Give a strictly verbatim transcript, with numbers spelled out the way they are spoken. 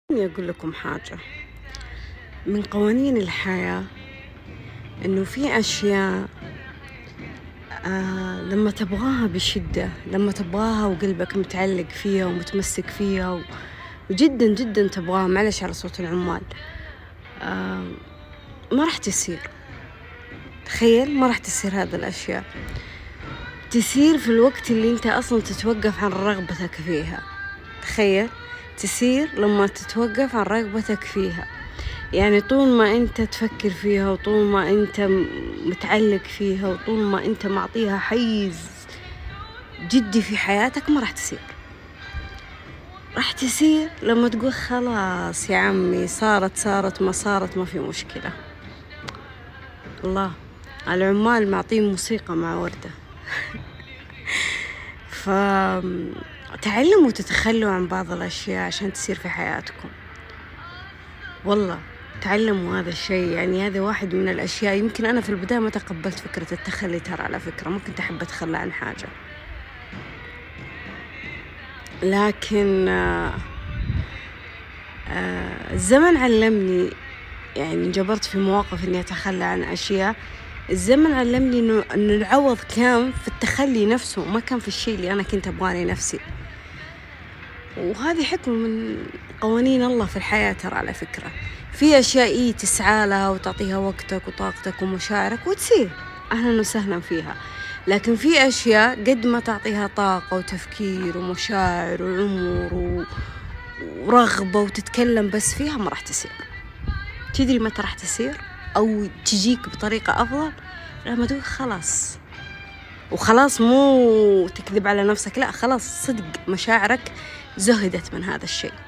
خليني أقول لكم حاجة من قوانين الحياة، إنه في أشياء آه لما تبغاها بشدة، لما تبغاها وقلبك متعلق فيها ومتمسك فيها و- وجدا جدا تبغاها، معلش على صوت العمال، آه ما راح تصير. تخيل ما راح تصير هذه الأشياء، تصير في الوقت اللي أنت أصلا تتوقف عن رغبتك فيها. تخيل تصير لما تتوقف عن رغبتك فيها، يعني طول ما أنت تفكر فيها وطول ما أنت متعلق فيها وطول ما أنت معطيها حيز جدي في حياتك ما راح تصير. راح تصير لما تقول خلاص يا عمي، صارت صارت ما صارت ما في مشكلة. الله، العمال معطين موسيقى مع وردة. فتعلموا تتخلوا عن بعض الأشياء عشان تصير في حياتكم. والله تعلموا هذا الشيء، يعني هذا واحد من الأشياء. يمكن أنا في البداية ما تقبلت فكرة التخلي، ترى على فكرة ما كنت أحب أتخلى عن حاجة، لكن آه آه الزمن علمني، يعني انجبرت في مواقف إني أتخلى عن أشياء. الزمن علمني إنه إنه العوض كان في التخلي نفسه، ما كان في الشيء اللي أنا كنت أبغاني نفسي. وهذه حكمة من قوانين الله في الحياة. ترى على فكرة في أشياء إيه تسعى لها وتعطيها وقتك وطاقتك ومشاعرك وتصير أهلا وسهلا فيها، لكن في أشياء قد ما تعطيها طاقة وتفكير ومشاعر وعمر و... ورغبة وتتكلم بس فيها ما راح تصير. تدري متى راح تصير أو تجيك بطريقة أفضل؟ لما تقول خلاص، وخلاص مو تكذب على نفسك، لا خلاص صدق مشاعرك زهدت من هذا الشيء.